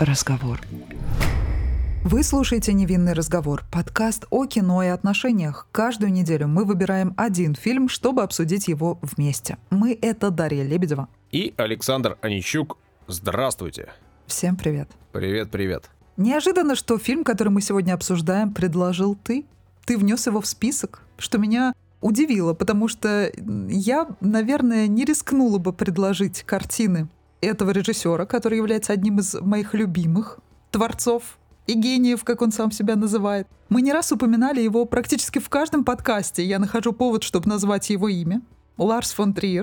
разговор. Вы слушаете «Невинный разговор» — подкаст о кино и отношениях. Каждую неделю мы выбираем один фильм, чтобы обсудить его вместе. Мы — это Дарья Лебедева и Александр Онищук. Здравствуйте. Всем привет. Привет. Неожиданно, что фильм, который мы сегодня обсуждаем, предложил ты. Ты внес его в список, что меня удивило, потому что я, наверное, не рискнула бы предложить картины этого режиссера, который является одним из моих любимых творцов и гениев, как он сам себя называет. Мы не раз упоминали его практически в каждом подкасте. Я нахожу повод, чтобы назвать его имя. Ларс фон Триер.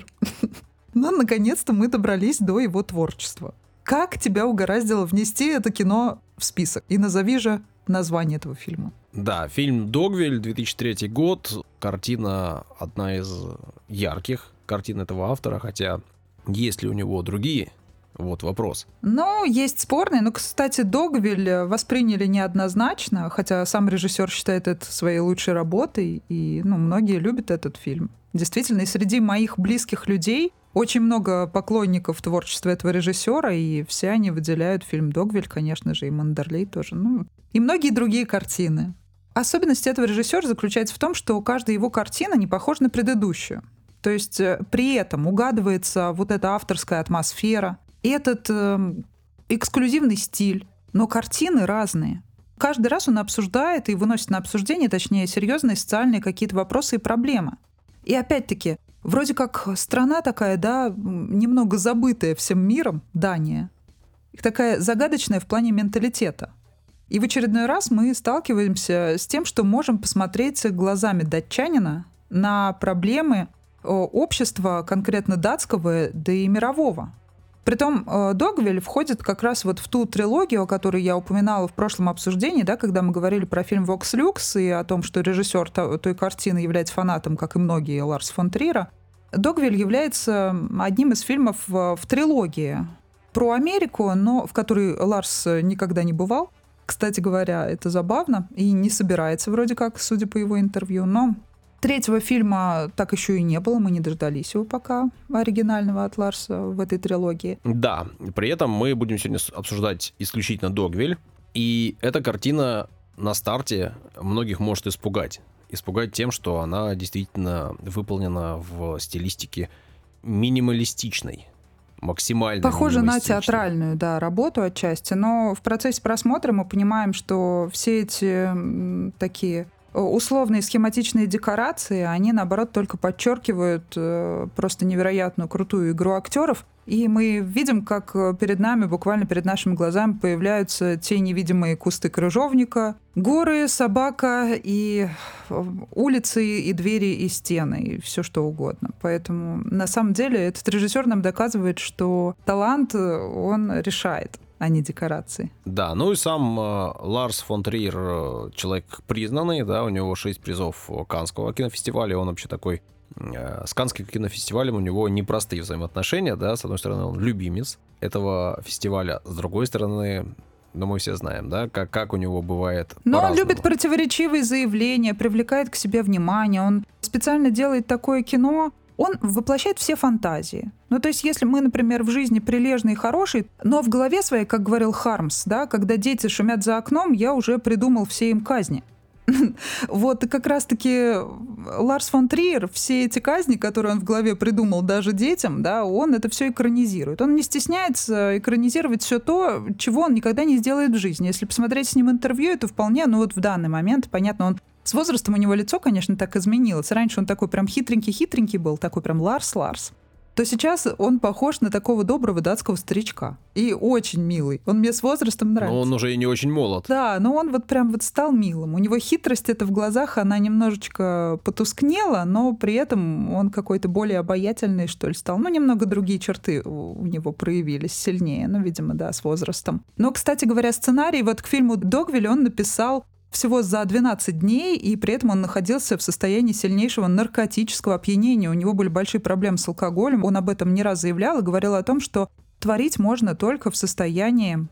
Но, наконец-то, мы добрались до его творчества. Как тебя угораздило внести это кино в список? И назови же название этого фильма. Да, фильм «Догвилль», 2003 год. Картина одна из ярких картин этого автора, хотя есть ли у него другие? Вот вопрос. Ну, есть спорные. Но, кстати, «Догвилль» восприняли неоднозначно, хотя сам режиссер считает это своей лучшей работой, и многие любят этот фильм. Действительно, и среди моих близких людей очень много поклонников творчества этого режиссера, и все они выделяют фильм «Догвилль», конечно же, и «Мандерлей» тоже, и многие другие картины. Особенность этого режиссера заключается в том, что каждая его картина не похожа на предыдущую. То есть при этом угадывается вот эта авторская атмосфера, этот эксклюзивный стиль, но картины разные. Каждый раз он обсуждает и выносит на обсуждение, точнее, серьезные социальные какие-то вопросы и проблемы. И опять-таки, вроде как страна такая, да, немного забытая всем миром, Дания, такая загадочная в плане менталитета. И в очередной раз мы сталкиваемся с тем, что можем посмотреть глазами датчанина на проблемы общества, конкретно датского, да и мирового. Притом «Догвилль» входит как раз вот в ту трилогию, о которой я упоминала в прошлом обсуждении, да, когда мы говорили про фильм «Вокс Люкс» и о том, что режиссер той картины является фанатом, как и многие, Ларса фон Триера. «Догвилль» является одним из фильмов в трилогии про Америку, но в которой Ларс никогда не бывал. Кстати говоря, это забавно и не собирается вроде как, судя по его интервью, но третьего фильма так еще и не было, мы не дождались его пока, оригинального от Ларса в этой трилогии. Да, при этом мы будем сегодня обсуждать исключительно «Догвилль», и эта картина на старте многих может испугать. Испугать тем, что она действительно выполнена в стилистике минималистичной. Максимально похоже на театральную, да, работу отчасти, но в процессе просмотра мы понимаем, что все эти такие условные схематичные декорации, они, наоборот, только подчеркивают просто невероятную крутую игру актеров. И мы видим, как перед нами, буквально перед нашими глазами, появляются те невидимые кусты крыжовника, горы, собака и улицы, и двери, и стены, и все что угодно. Поэтому, на самом деле, этот режиссер нам доказывает, что талант, он решает, а не декорации. Да, и сам Ларс фон Триер человек признанный, да, у него 6 призов Каннского кинофестиваля, он вообще такой. С Каннским кинофестивалем у него непростые взаимоотношения, да, с одной стороны, он любимец этого фестиваля, с другой стороны, мы все знаем, да, как у него бывает Но по-разному. Он любит противоречивые заявления, привлекает к себе внимание, он специально делает такое кино, он воплощает все фантазии. То есть, если мы, например, в жизни прилежные и хорошие, но в голове своей, как говорил Хармс, да, когда дети шумят за окном, я уже придумал все им казни. Вот как раз-таки Ларс фон Триер, все эти казни, которые он в голове придумал даже детям, да, он это все экранизирует. Он не стесняется экранизировать все то, чего он никогда не сделает в жизни. Если посмотреть с ним интервью, это вполне, в данный момент, понятно, он с возрастом у него лицо, конечно, так изменилось. Раньше он такой прям хитренький был, такой прям Ларс. То сейчас он похож на такого доброго датского старичка. И очень милый. Он мне с возрастом нравится. Но он уже и не очень молод. Да, но он прям стал милым. У него хитрость эта в глазах, она немножечко потускнела, но при этом он какой-то более обаятельный, что ли, стал. Немного другие черты у него проявились сильнее. Видимо, да, с возрастом. Но, кстати говоря, сценарий к фильму «Догвилль» он написал всего за 12 дней, и при этом он находился в состоянии сильнейшего наркотического опьянения. У него были большие проблемы с алкоголем. Он об этом не раз заявлял и говорил о том, что творить можно только в состоянии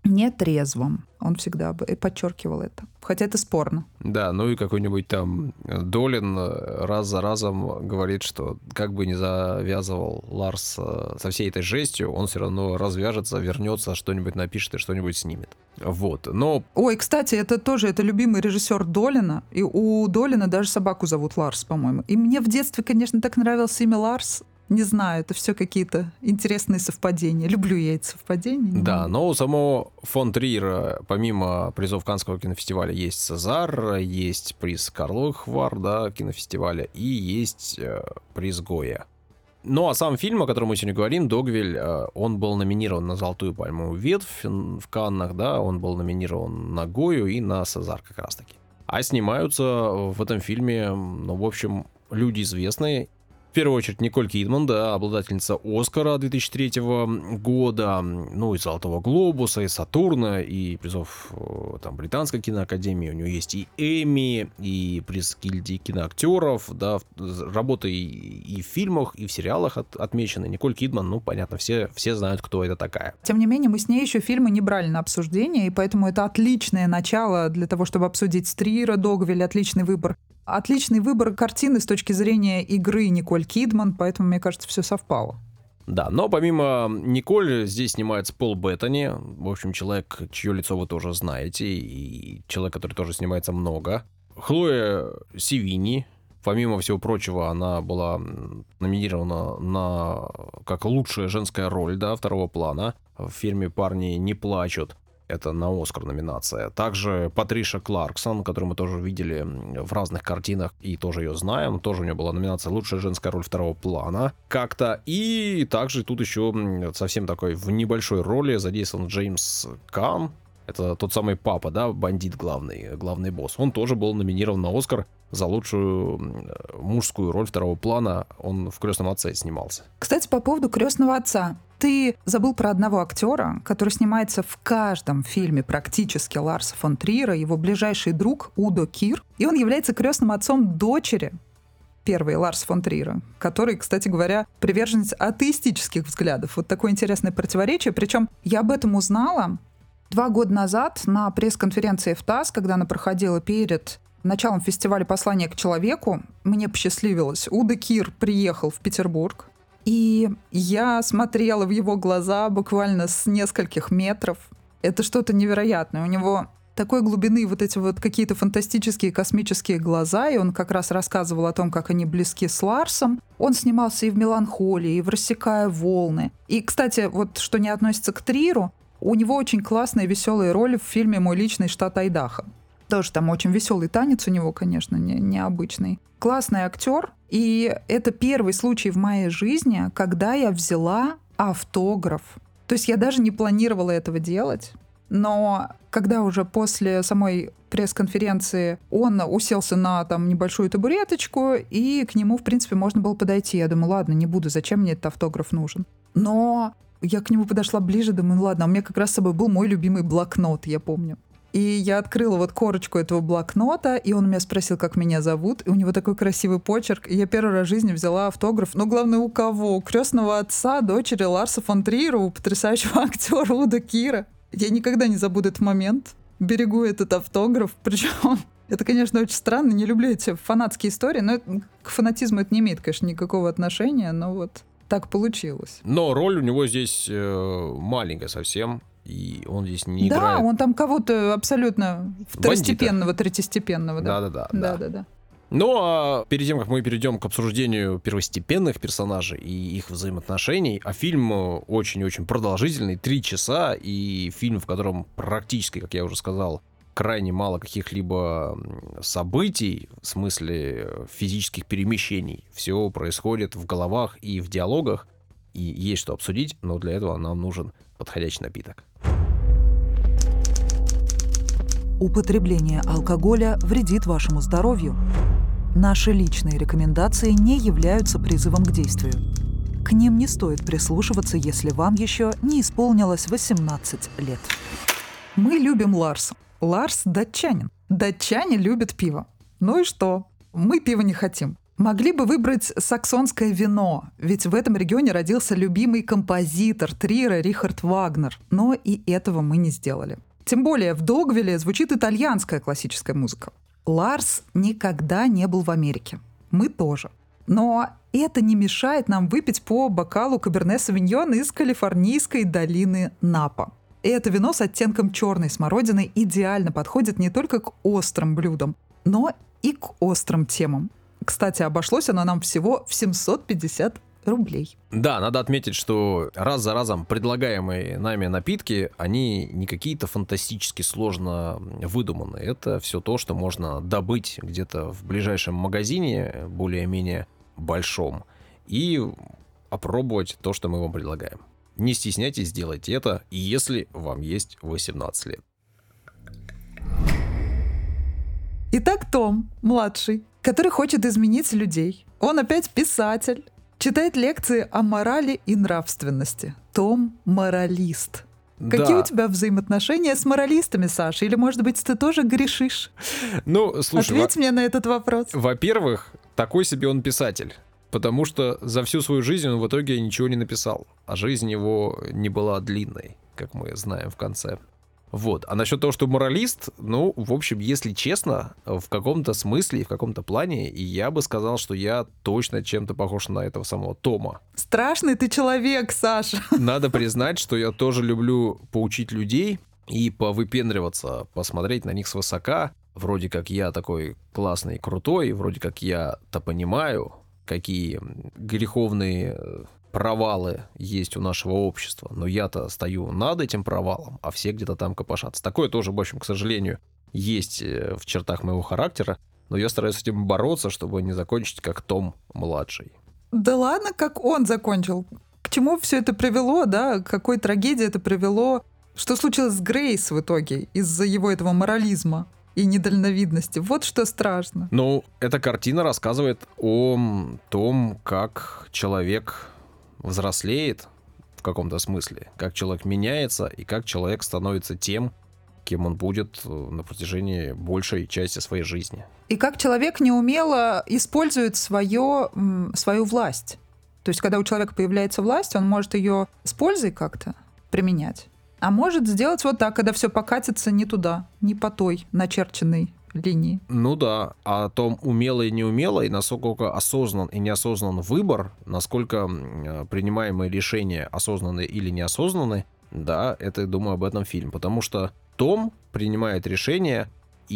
нетрезвым. Он всегда подчеркивал это. Хотя это спорно. Да, ну и какой-нибудь там Долин раз за разом говорит, что как бы ни завязывал Ларс со всей этой жестью, он все равно развяжется, вернется, что-нибудь напишет и что-нибудь снимет. Вот, но... Ой, кстати, это любимый режиссер Долина, и у Долина даже собаку зовут Ларс, по-моему. И мне в детстве, конечно, так нравилось имя Ларс. Не знаю, это все какие-то интересные совпадения. Люблю я эти совпадения. Да, но у самого фон Триера, помимо призов Каннского кинофестиваля, есть Цезарр, есть приз Карловых Вар, да, кинофестиваля, и есть приз Гойя. Ну, а сам фильм, о котором мы сегодня говорим, «Догвилль», он был номинирован на «Золотую пальмовую ветвь» в Каннах, да, он был номинирован на Гойю и на Цезарр как раз-таки. А снимаются в этом фильме, ну, в общем, люди известные. В первую очередь Николь Кидман, да, обладательница Оскара 2003 года, ну и Золотого глобуса, и Сатурна, и призов там Британской киноакадемии. У нее есть и Эмми, и приз гильдии киноактеров, да, работы и в фильмах, и в сериалах отмечены. Николь Кидман, ну, понятно, все знают, кто это такая. Тем не менее, мы с ней еще фильмы не брали на обсуждение, и поэтому это отличное начало для того, чтобы обсудить Триера, Догвиль, отличный выбор. Отличный выбор картины с точки зрения игры Николь Кидман, поэтому, мне кажется, все совпало. Да, но помимо Николь здесь снимается Пол Беттани, в общем, человек, чье лицо вы тоже знаете, и человек, который тоже снимается много. Хлоя Севини, помимо всего прочего, она была номинирована как лучшая женская роль, да, второго плана в фильме «Парни не плачут». Это на Оскар номинация. Также Патриша Кларксон, которую мы тоже видели в разных картинах и тоже ее знаем. Тоже у нее была номинация «Лучшая женская роль второго плана» как-то. И также тут еще совсем такой в небольшой роли задействован Джеймс Кан. Это тот самый папа, да, бандит главный босс. Он тоже был номинирован на Оскар за лучшую мужскую роль второго плана. Он в «Крестном отце» снимался. Кстати, по поводу «Крестного отца». Ты забыл про одного актера, который снимается в каждом фильме практически Ларса фон Триера, его ближайший друг Удо Кир. И он является крестным отцом дочери первой Ларса фон Триера, который, кстати говоря, приверженец атеистических взглядов. Вот такое интересное противоречие. Причем я об этом узнала 2 года назад на пресс-конференции ФТАСС, когда она проходила перед началом фестиваля «Послание к человеку». Мне посчастливилось. Удо Кир приехал в Петербург. И я смотрела в его глаза буквально с нескольких метров. Это что-то невероятное. У него такой глубины вот эти вот какие-то фантастические космические глаза, и он как раз рассказывал о том, как они близки с Ларсом. Он снимался и в «Меланхолии», и в «Рассекая волны». И, кстати, вот что не относится к Триеру, у него очень классные веселые роли в фильме «Мой личный штат Айдахо». Тоже там очень веселый танец у него, конечно, необычный. Классный актер. И это первый случай в моей жизни, когда я взяла автограф. То есть я даже не планировала этого делать. Но когда уже после самой пресс-конференции он уселся на там небольшую табуреточку, и к нему, в принципе, можно было подойти. Я думаю, ладно, не буду, зачем мне этот автограф нужен? Но я к нему подошла ближе, думаю, ладно, у меня как раз с собой был мой любимый блокнот, я помню. И я открыла вот корочку этого блокнота, и он меня спросил, как меня зовут, и у него такой красивый почерк, и я первый раз в жизни взяла автограф. Но главное, у кого? У крестного отца, дочери Ларса фон Триера, у потрясающего актера Удо Кира. Я никогда не забуду этот момент. Берегу этот автограф, причем это, конечно, очень странно, не люблю эти фанатские истории, но к фанатизму это не имеет, конечно, никакого отношения, но вот так получилось. Но роль у него здесь маленькая совсем. И он здесь не играет. Да, он там кого-то абсолютно второстепенного, третьестепенного. Да. Ну, а перед тем, как мы перейдем к обсуждению первостепенных персонажей и их взаимоотношений, а фильм очень-очень продолжительный, 3 часа, и фильм, в котором практически, как я уже сказал, крайне мало каких-либо событий, в смысле физических перемещений. Все происходит в головах и в диалогах, и есть что обсудить, но для этого нам нужен подходящий напиток. Употребление алкоголя вредит вашему здоровью. Наши личные рекомендации не являются призывом к действию. К ним не стоит прислушиваться, если вам еще не исполнилось 18 лет. Мы любим Ларса. Ларс – датчанин. Датчане любят пиво. Ну и что? Мы пива не хотим. Могли бы выбрать саксонское вино, ведь в этом регионе родился любимый композитор Триера Рихард Вагнер. Но и этого мы не сделали. Тем более в Догвилле звучит итальянская классическая музыка. Ларс никогда не был в Америке. Мы тоже. Но это не мешает нам выпить по бокалу Каберне-Савиньон из калифорнийской долины Напа. И это вино с оттенком черной смородины идеально подходит не только к острым блюдам, но и к острым темам. Кстати, обошлось оно нам всего в 750 рублей. Да, надо отметить, что раз за разом предлагаемые нами напитки, они не какие-то фантастически сложно выдуманные. Это все то, что можно добыть где-то в ближайшем магазине, более-менее большом, и опробовать то, что мы вам предлагаем. Не стесняйтесь, делайте это, если вам есть 18 лет. Итак, Том, младший, который хочет изменить людей. Он опять писатель. Читает лекции о морали и нравственности. Том – моралист. Какие у тебя взаимоотношения с моралистами, Саша? Или, может быть, ты тоже грешишь? Ну, слушай, ответь мне на этот вопрос. Во-первых, такой себе он писатель. Потому что за всю свою жизнь он в итоге ничего не написал. А жизнь его не была длинной, как мы знаем в конце. Вот. А насчет того, что моралист, ну, в общем, если честно, в каком-то смысле и в каком-то плане, я бы сказал, что я точно чем-то похож на этого самого Тома. Страшный ты человек, Саша. Надо признать, что я тоже люблю поучить людей и повыпендриваться, посмотреть на них свысока. Вроде как я такой классный и крутой, вроде как я-то понимаю, какие греховные провалы есть у нашего общества, но я-то стою над этим провалом, а все где-то там копошатся. Такое тоже, в общем, к сожалению, есть в чертах моего характера, но я стараюсь с этим бороться, чтобы не закончить как Том-младший. Да ладно, как он закончил. К чему все это привело, да? К какой трагедии это привело? Что случилось с Грейс в итоге из-за его этого морализма и недальновидности? Вот что страшно. Ну, эта картина рассказывает о том, как человек взрослеет в каком-то смысле, как человек меняется и как человек становится тем, кем он будет на протяжении большей части своей жизни. И как человек неумело использует свою власть. То есть, когда у человека появляется власть, он может ее с пользой как-то применять. А может сделать вот так, когда все покатится не туда, не по той начерченной линии. Ну да, о том, умело и неумело, и насколько осознан и неосознан выбор, насколько принимаемые решения осознанные или неосознанные, да, это, я думаю, об этом фильм. Потому что Том принимает решения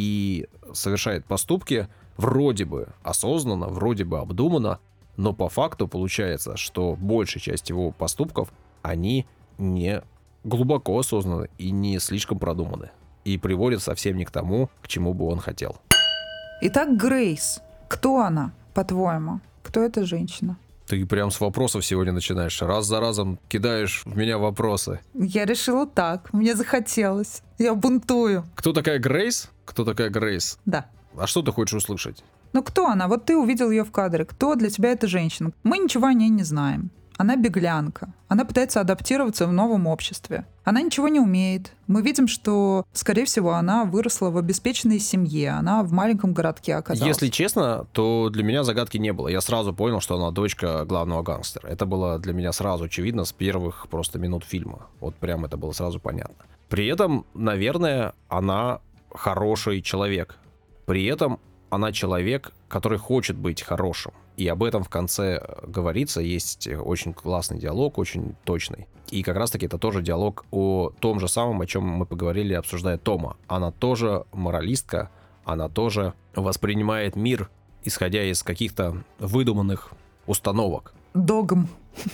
и совершает поступки вроде бы осознанно, вроде бы обдуманно, но по факту получается, что большая часть его поступков, они не глубоко осознанны и не слишком продуманы. И приводит совсем не к тому, к чему бы он хотел. Итак, Грейс. Кто она, по-твоему? Кто эта женщина? Ты прям с вопросов сегодня начинаешь. Раз за разом кидаешь в меня вопросы. Я решила так. Мне захотелось. Я бунтую. Кто такая Грейс? Кто такая Грейс? Да. А что ты хочешь услышать? Ну кто она? Вот ты увидел ее в кадре. Кто для тебя эта женщина? Мы ничего о ней не знаем. Она беглянка. Она пытается адаптироваться в новом обществе. Она ничего не умеет. Мы видим, что, скорее всего, она выросла в обеспеченной семье. Она в маленьком городке оказалась. Если честно, то для меня загадки не было. Я сразу понял, что она дочка главного гангстера. Это было для меня сразу очевидно с первых просто минут фильма. Вот прям это было сразу понятно. При этом, наверное, она хороший человек. При этом она человек, который хочет быть хорошим. И об этом в конце говорится, есть очень классный диалог, очень точный. И как раз-таки это тоже диалог о том же самом, о чем мы поговорили, обсуждая Тома. Она тоже моралистка, она тоже воспринимает мир, исходя из каких-то выдуманных установок. Догм.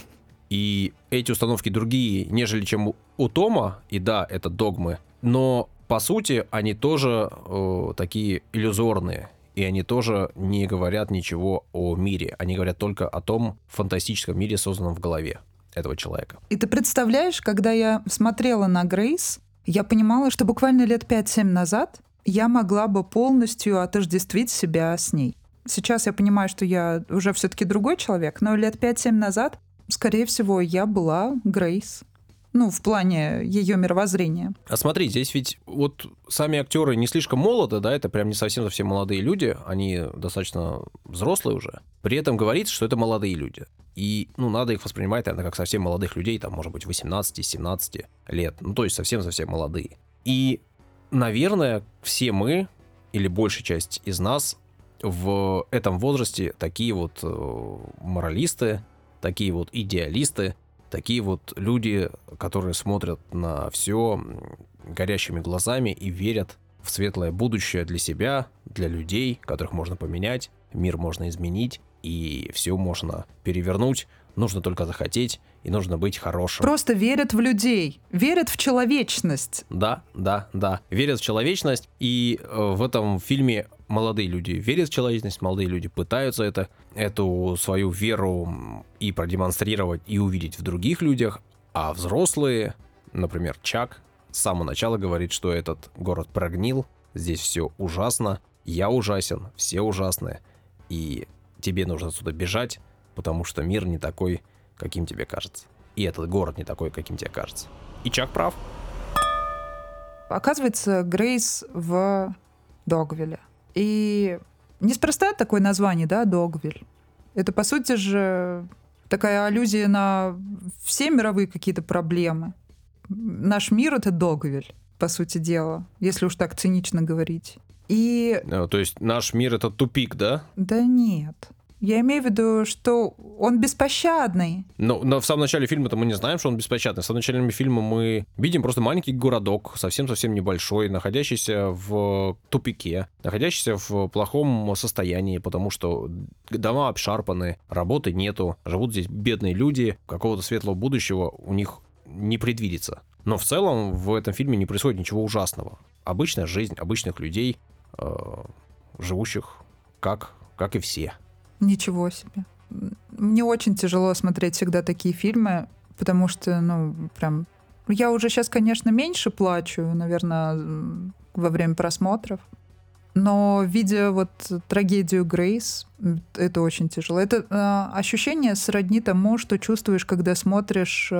И эти установки другие, нежели чем у Тома, и да, это догмы, но по сути они тоже такие иллюзорные. И они тоже не говорят ничего о мире. Они говорят только о том фантастическом мире, созданном в голове этого человека. И ты представляешь, когда я смотрела на Грейс, я понимала, что буквально лет 5-7 назад я могла бы полностью отождествить себя с ней. Сейчас я понимаю, что я уже все-таки другой человек, но лет 5-7 назад, скорее всего, я была Грейс. Ну, в плане ее мировоззрения. А смотри, здесь ведь вот сами актеры не слишком молоды, да, это прям не совсем молодые люди, они достаточно взрослые уже. При этом говорится, что это молодые люди. И, надо их воспринимать, наверное, как совсем молодых людей, там, может быть, 18-17 лет. То есть совсем-совсем молодые. И, наверное, все мы, или большая часть из нас, в этом возрасте такие вот моралисты, такие вот идеалисты, такие вот люди, которые смотрят на все горящими глазами и верят в светлое будущее для себя, для людей, которых можно поменять, мир можно изменить, и все можно перевернуть. Нужно только захотеть, и нужно быть хорошим. Просто верят в людей, верят в человечность. Да. Верят в человечность, и в этом фильме молодые люди верят в человечность, молодые люди пытаются эту свою веру и продемонстрировать, и увидеть в других людях, а взрослые, например, Чак, с самого начала говорит, что этот город прогнил, здесь все ужасно, я ужасен, все ужасны, и тебе нужно отсюда бежать, потому что мир не такой, каким тебе кажется. И этот город не такой, каким тебе кажется. И Чак прав. Оказывается, Грейс в Догвилле. И неспроста такое название, да, Догвиль. Это, по сути же, такая аллюзия на все мировые какие-то проблемы. Наш мир — это Догвиль, по сути дела, если уж так цинично говорить. И... То есть наш мир — это тупик, да? Да нет. Я имею в виду, что он беспощадный. Но в самом начале фильма-то мы не знаем, что он беспощадный. В самом начале фильма мы видим просто маленький городок, совсем-совсем небольшой, находящийся в тупике, находящийся в плохом состоянии, потому что дома обшарпаны, работы нету, живут здесь бедные люди, какого-то светлого будущего у них не предвидится. Но в целом в этом фильме не происходит ничего ужасного. Обычная жизнь обычных людей, живущих как и все. Ничего себе. Мне очень тяжело смотреть всегда такие фильмы, потому что, прям... Я уже сейчас, конечно, меньше плачу, наверное, во время просмотров. Но, видя вот трагедию Грейс, это очень тяжело. Это ощущение сродни тому, что чувствуешь, когда смотришь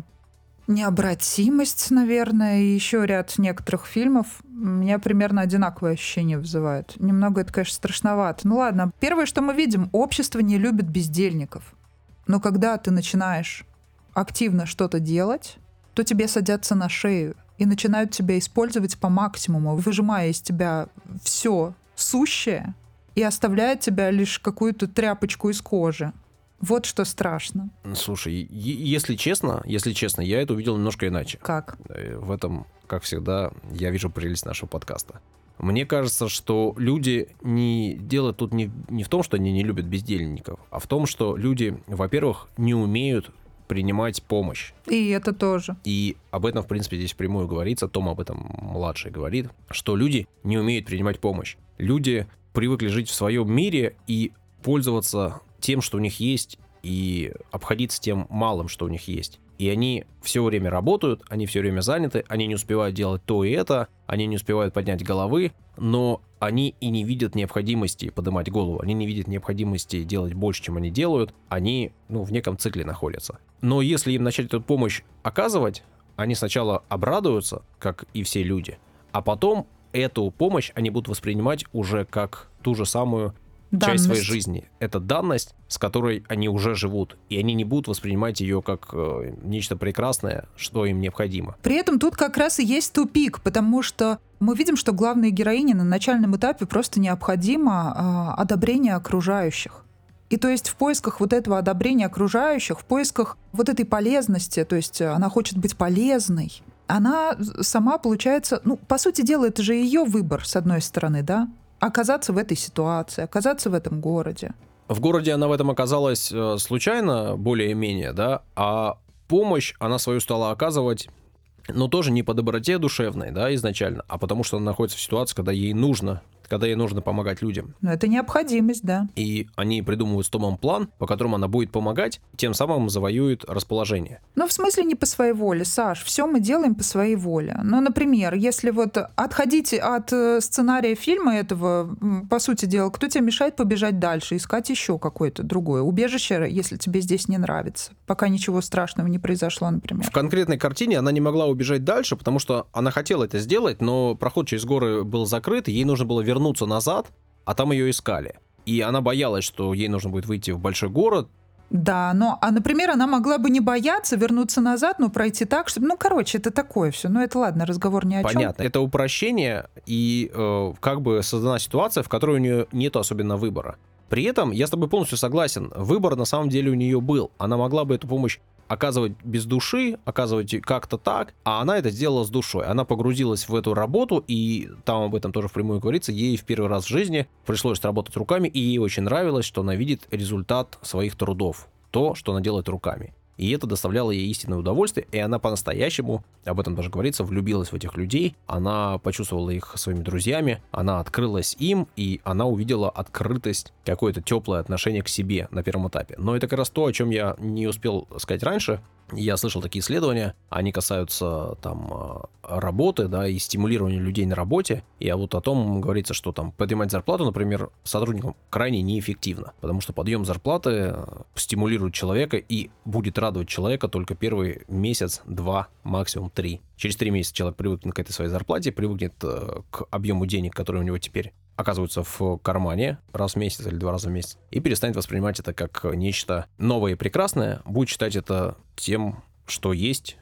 «Необратимость», наверное, и еще ряд некоторых фильмов. У меня примерно одинаковое ощущение вызывает. Немного это, конечно, страшновато. Ну ладно, первое, что мы видим, общество не любит бездельников. Но когда ты начинаешь активно что-то делать, то тебе садятся на шею и начинают тебя использовать по максимуму, выжимая из тебя все сущее и оставляя тебя лишь какую-то тряпочку из кожи. Вот что страшно. Слушай, если честно, я это увидел немножко иначе. Как? В этом, как всегда, я вижу прелесть нашего подкаста. Мне кажется, что люди дело тут не в том, что они не любят бездельников, а в том, что люди, во-первых, не умеют принимать помощь. И это тоже. И об этом, в принципе, здесь впрямую говорится, Том об этом младший говорит, что люди не умеют принимать помощь. Люди привыкли жить в своем мире и пользоваться тем, что у них есть, и обходиться тем малым, что у них есть. И они все время работают, они все время заняты, они не успевают делать то и это, они не успевают поднять головы, но они и не видят необходимости поднимать голову, они не видят необходимости делать больше, чем они делают, они, в неком цикле находятся. Но если им начать эту помощь оказывать, они сначала обрадуются, как и все люди, а потом эту помощь они будут воспринимать уже как ту же самую часть своей жизни. Это данность, с которой они уже живут, и они не будут воспринимать ее как нечто прекрасное, что им необходимо. При этом тут как раз и есть тупик, потому что мы видим, что главной героине на начальном этапе просто необходимо одобрение окружающих. И то есть в поисках вот этого одобрения окружающих, в поисках вот этой полезности, то есть она хочет быть полезной, она сама, получается, по сути дела, это же ее выбор, с одной стороны, да? Оказаться в этой ситуации, оказаться в этом городе. В городе она в этом оказалась случайно, более-менее, да, а помощь она свою стала оказывать, тоже не по доброте душевной, да, изначально, а потому что она находится в ситуации, когда ей нужно помогать людям. Но это необходимость, да. И они придумывают с Томом план, по которому она будет помогать, тем самым завоюет расположение. В смысле не по своей воле, Саш, все мы делаем по своей воле. Например, если отходить от сценария фильма этого, по сути дела, кто тебе мешает побежать дальше, искать еще какое-то другое убежище, если тебе здесь не нравится, пока ничего страшного не произошло, например. В конкретной картине она не могла убежать дальше, потому что она хотела это сделать, но проход через горы был закрыт, и ей нужно было вернуться назад, а там ее искали. и она боялась, что ей нужно будет выйти в большой город. Да, например, она могла бы не бояться вернуться назад, но пройти так, чтобы... это такое все. Это ладно, разговор ни о чем. Понятно. Это упрощение, и как бы создана ситуация, в которой у нее нет особенно выбора. При этом я с тобой полностью согласен. Выбор на самом деле у нее был. Она могла бы эту помощь оказывать без души, оказывать как-то так, а она это сделала с душой. Она погрузилась в эту работу, и там об этом тоже впрямую говорится, ей в первый раз в жизни пришлось работать руками, и ей очень нравилось, что она видит результат своих трудов, то, что она делает руками. И это доставляло ей истинное удовольствие, и она по-настоящему, об этом даже говорится, влюбилась в этих людей, она почувствовала их своими друзьями, она открылась им, и она увидела открытость, какое-то теплое отношение к себе на первом этапе. Но это как раз то, о чем я не успел сказать раньше. Я слышал такие исследования, они касаются там работы, да, и стимулирования людей на работе. И вот о том говорится, что там поднимать зарплату, например, сотрудникам крайне неэффективно, потому что подъем зарплаты стимулирует человека и будет радовать человека только первый месяц, 2, максимум 3. Через 3 месяца человек привыкнет к этой своей зарплате, привыкнет к объему денег, которые у него теперь оказываются в кармане раз в месяц или 2 раза в месяц, и перестанет воспринимать это как нечто новое и прекрасное, будет считать это тем, что есть,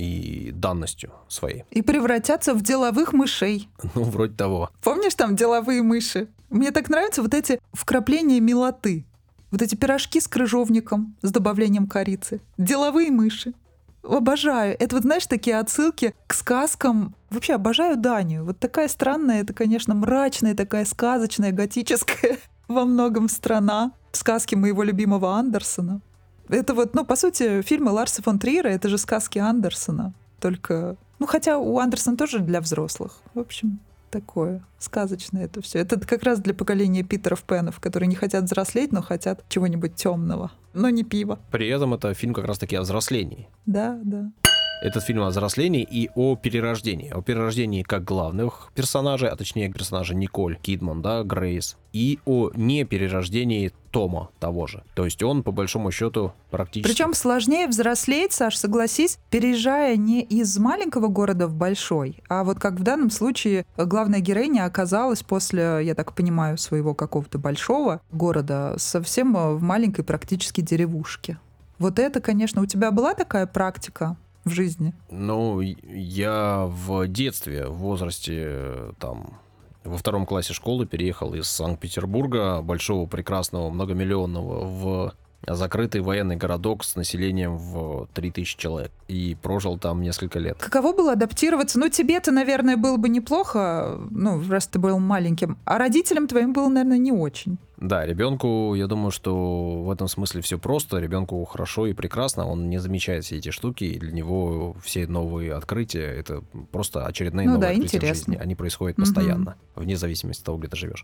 и данностью своей. И превратятся в деловых мышей. Вроде того. Помнишь там деловые мыши? Мне так нравятся вот эти вкрапления милоты. Вот эти пирожки с крыжовником, с добавлением корицы. Деловые мыши. Обожаю. Это знаешь, такие отсылки к сказкам. Вообще обожаю Данию. Вот такая странная, это, конечно, мрачная, такая сказочная, готическая во многом страна. Сказки моего любимого Андерсона. Это по сути, фильмы Ларса фон Триера — это же сказки Андерсона. Только, хотя у Андерсона тоже для взрослых. В общем, такое сказочное это все. Это как раз для поколения Питеров Пенов, которые не хотят взрослеть, но хотят чего-нибудь темного, но не пива. При этом это фильм как раз-таки о взрослении. Да, да. Этот фильм о взрослении и о перерождении. О перерождении как главных персонажей, а точнее персонажа Николь Кидман, да, Грейс, и о неперерождении Тома того же. То есть он, по большому счету, практически... Причем сложнее взрослеть, Саш, согласись, переезжая не из маленького города в большой, а вот как в данном случае главная героиня оказалась после, я так понимаю, своего какого-то большого города совсем в маленькой практически деревушке. Вот это, конечно, у тебя была такая практика в жизни? Я в детстве, в возрасте, во 2 классе школы переехал из Санкт-Петербурга, большого, прекрасного, многомиллионного, в закрытый военный городок с населением в 3000 человек. И прожил там несколько лет. Каково было адаптироваться? Тебе-то, наверное, было бы неплохо, раз ты был маленьким, а родителям твоим было, наверное, не очень. Да, ребенку, я думаю, что в этом смысле все просто. Ребенку хорошо и прекрасно, он не замечает все эти штуки, и для него все новые открытия — это просто очередные новые открытия в жизни. Они происходят постоянно, вне зависимости от того, где ты живешь.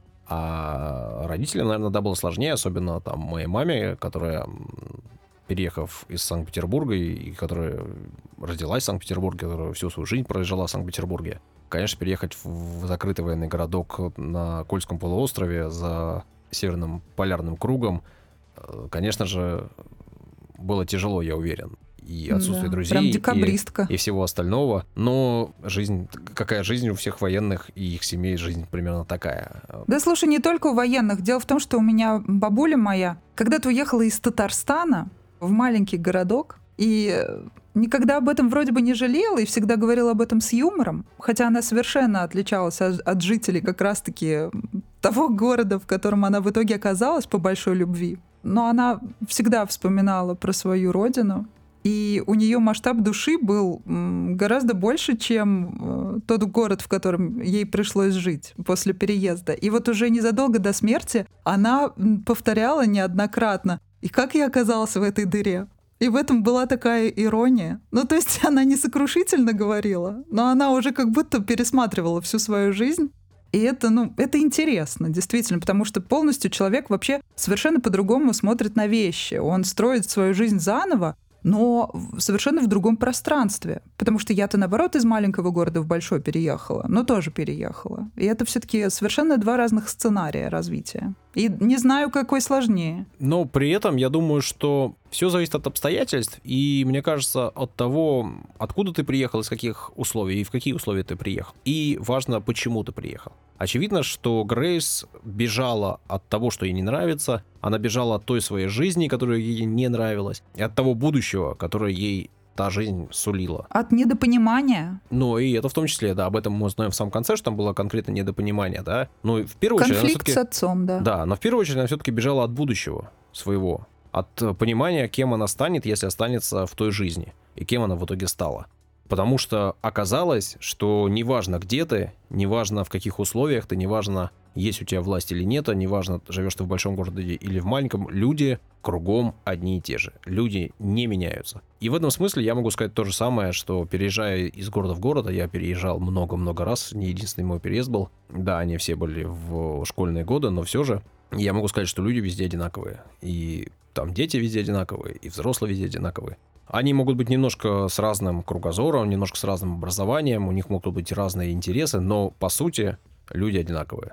А родителям, наверное, было сложнее, особенно моей маме, которая, переехав из Санкт-Петербурга и которая родилась в Санкт-Петербурге, которая всю свою жизнь прожила в Санкт-Петербурге. Конечно, переехать в закрытый военный городок на Кольском полуострове за Северным полярным кругом, конечно же, было тяжело, я уверен. И отсутствие друзей, и всего остального. Но какая жизнь у всех военных и их семей, жизнь примерно такая. Да, слушай, не только у военных. Дело в том, что у меня бабуля моя когда-то уехала из Татарстана в маленький городок, и никогда об этом вроде бы не жалела и всегда говорила об этом с юмором, хотя она совершенно отличалась от жителей как раз-таки того города, в котором она в итоге оказалась по большой любви. Но она всегда вспоминала про свою родину, и у нее масштаб души был гораздо больше, чем тот город, в котором ей пришлось жить после переезда. И вот уже незадолго до смерти она повторяла неоднократно: «И как я оказалась в этой дыре?» И в этом была такая ирония. То есть она не сокрушительно говорила, но она уже как будто пересматривала всю свою жизнь. И это интересно, действительно, потому что полностью человек вообще совершенно по-другому смотрит на вещи. Он строит свою жизнь заново, но совершенно в другом пространстве. Потому что я-то, наоборот, из маленького города в большой переехала, но тоже переехала. И это все-таки совершенно 2 разных сценария развития. И не знаю, какой сложнее. Но при этом я думаю, что все зависит от обстоятельств, и, мне кажется, от того, откуда ты приехал, из каких условий, и в какие условия ты приехал. И важно, почему ты приехал. Очевидно, что Грейс бежала от того, что ей не нравится, она бежала от той своей жизни, которая ей не нравилась, и от того будущего, которое ей та жизнь сулила. От недопонимания. Ну, и это в том числе, да, об этом мы узнаем в самом конце, что там было конкретно недопонимание, да. Ну, в первую очередь... Конфликт с отцом, да. Да, но в первую очередь она все-таки бежала от будущего своего, от понимания, кем она станет, если останется в той жизни, и кем она в итоге стала. Потому что оказалось, что неважно, где ты, неважно, в каких условиях ты, неважно, есть у тебя власть или нет, неважно, живешь ты в большом городе или в маленьком, люди кругом одни и те же. Люди не меняются. И в этом смысле я могу сказать то же самое, что переезжая из города в город, а я переезжал много-много раз, не единственный мой переезд был. Да, они все были в школьные годы, но все же я могу сказать, что люди везде одинаковые. И там дети везде одинаковые, и взрослые везде одинаковые. Они могут быть немножко с разным кругозором, немножко с разным образованием, у них могут быть разные интересы, но по сути люди одинаковые.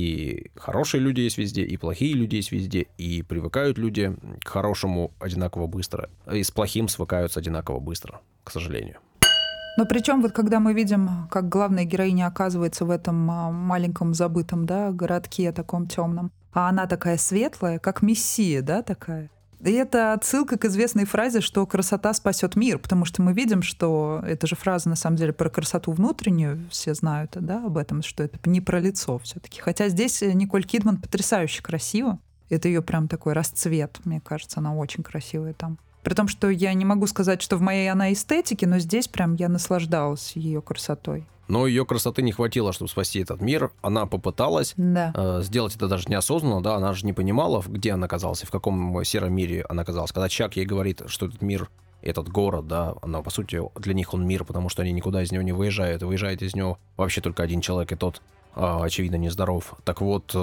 И хорошие люди есть везде, и плохие люди есть везде, и привыкают люди к хорошему одинаково быстро, и с плохим свыкаются одинаково быстро, к сожалению. Но причем вот когда мы видим, как главная героиня оказывается в этом маленьком забытом, да, городке таком темном, а она такая светлая, как мессия, да, такая. И это отсылка к известной фразе, что красота спасет мир, потому что мы видим, что эта же фраза на самом деле про красоту внутреннюю, все знают, да, об этом, что это не про лицо все-таки. Хотя здесь Николь Кидман потрясающе красива. Это ее прям такой расцвет, мне кажется, она очень красивая там. При том, что я не могу сказать, что в моей она эстетике, но здесь прям я наслаждалась ее красотой. Но ее красоты не хватило, чтобы спасти этот мир. Она попыталась сделать это даже неосознанно, да, она же не понимала, где она оказалась, в каком сером мире она оказалась. Когда Чак ей говорит, что этот мир, этот город, да, она, по сути, для них он мир, потому что они никуда из него не выезжают, и выезжает из него вообще только один человек, и тот, очевидно, нездоров. Так вот,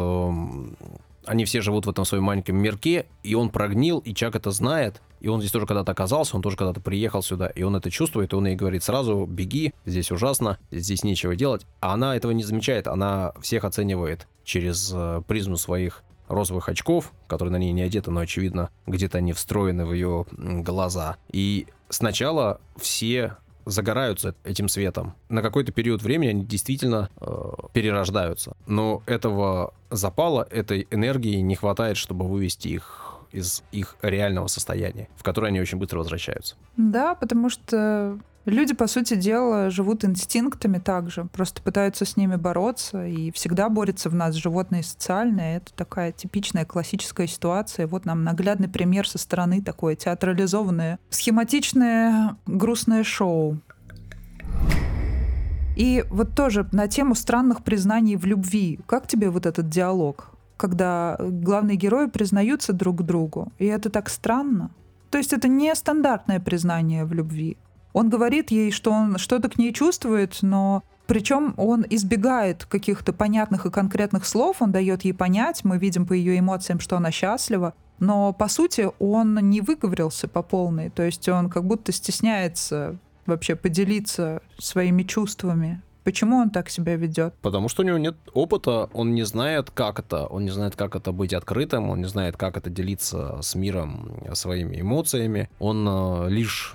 они все живут в этом своем маленьком мирке, и он прогнил, и Чак это знает, и он здесь тоже когда-то оказался, он тоже когда-то приехал сюда, и он это чувствует, и он ей говорит сразу: беги, здесь ужасно, здесь нечего делать. А она этого не замечает, она всех оценивает через призму своих розовых очков, которые на ней не одеты, но, очевидно, где-то они встроены в ее глаза. И сначала все загораются этим светом. На какой-то период времени они действительно перерождаются. Но этого запала, этой энергии не хватает, чтобы вывести их из их реального состояния, в которое они очень быстро возвращаются. Да, потому что люди, по сути дела, живут инстинктами также, просто пытаются с ними бороться, и всегда борются в нас животное и социальное. Это такая типичная классическая ситуация. Вот нам наглядный пример со стороны, такое театрализованное, схематичное, грустное шоу. И вот тоже на тему странных признаний в любви. Как тебе вот этот диалог, когда главные герои признаются друг другу, и это так странно? То есть это не стандартное признание в любви. Он говорит ей, что он что-то к ней чувствует, но причем он избегает каких-то понятных и конкретных слов, он дает ей понять, мы видим по ее эмоциям, что она счастлива, но по сути он не выговорился по полной, то есть он как будто стесняется вообще поделиться своими чувствами. Почему он так себя ведет? Потому что у него нет опыта, он не знает, как это быть открытым, он не знает, как это делиться с миром своими эмоциями. Он лишь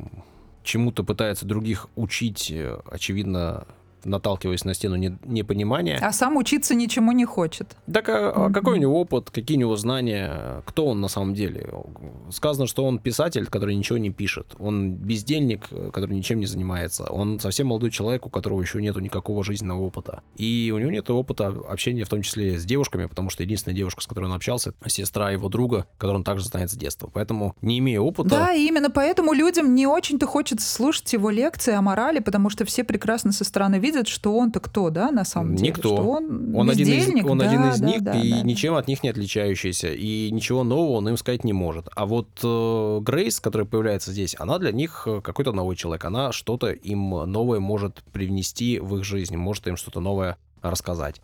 чему-то пытается других учить, очевидно, наталкиваясь на стену непонимания. А сам учиться ничему не хочет. Так какой у него опыт, какие у него знания, кто он на самом деле? Сказано, что он писатель, который ничего не пишет. Он бездельник, который ничем не занимается. Он совсем молодой человек, у которого еще нету никакого жизненного опыта. И у него нет опыта общения, в том числе с девушками, потому что единственная девушка, с которой он общался, сестра его друга, которую он также знает с детства. Поэтому, не имея опыта... Да, и именно поэтому людям не очень-то хочется слушать его лекции о морали, потому что все прекрасно со стороны видят, что он-то кто, да, на самом деле? Никто. Что он один бездельник, из них, и ничем от них не отличающийся, и ничего нового он им сказать не может. А вот Грейс, которая появляется здесь, она для них какой-то новый человек, она что-то им новое может привнести в их жизнь, может им что-то новое рассказать.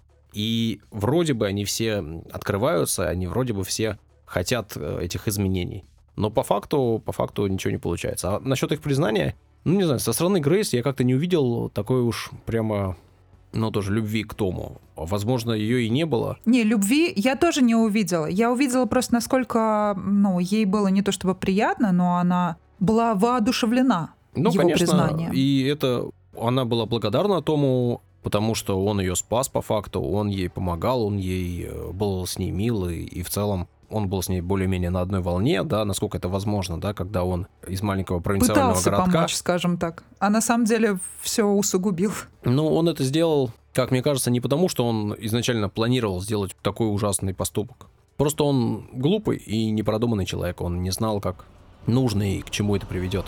И вроде бы они все открываются, они вроде бы все хотят этих изменений. Но по факту ничего не получается. А насчет их признания, не знаю, со стороны Грейс я как-то не увидел такой уж прямо, тоже любви к Тому. Возможно, ее и не было. Не, любви я тоже не увидела. Я увидела просто, насколько, ей было не то чтобы приятно, но она была воодушевлена его конечно, признанием. И это она была благодарна Тому, потому что он ее спас по факту, он ей помогал, он ей был с ней мил, и в целом он был с ней более-менее на одной волне, да, насколько это возможно, да, когда он из маленького провинциального Пытался городка... помочь, скажем так. А на самом деле все усугубил. Ну, он это сделал, как мне кажется, не потому, что он изначально планировал сделать такой ужасный поступок. Просто он глупый и непродуманный человек, он не знал, как нужно и к чему это приведет.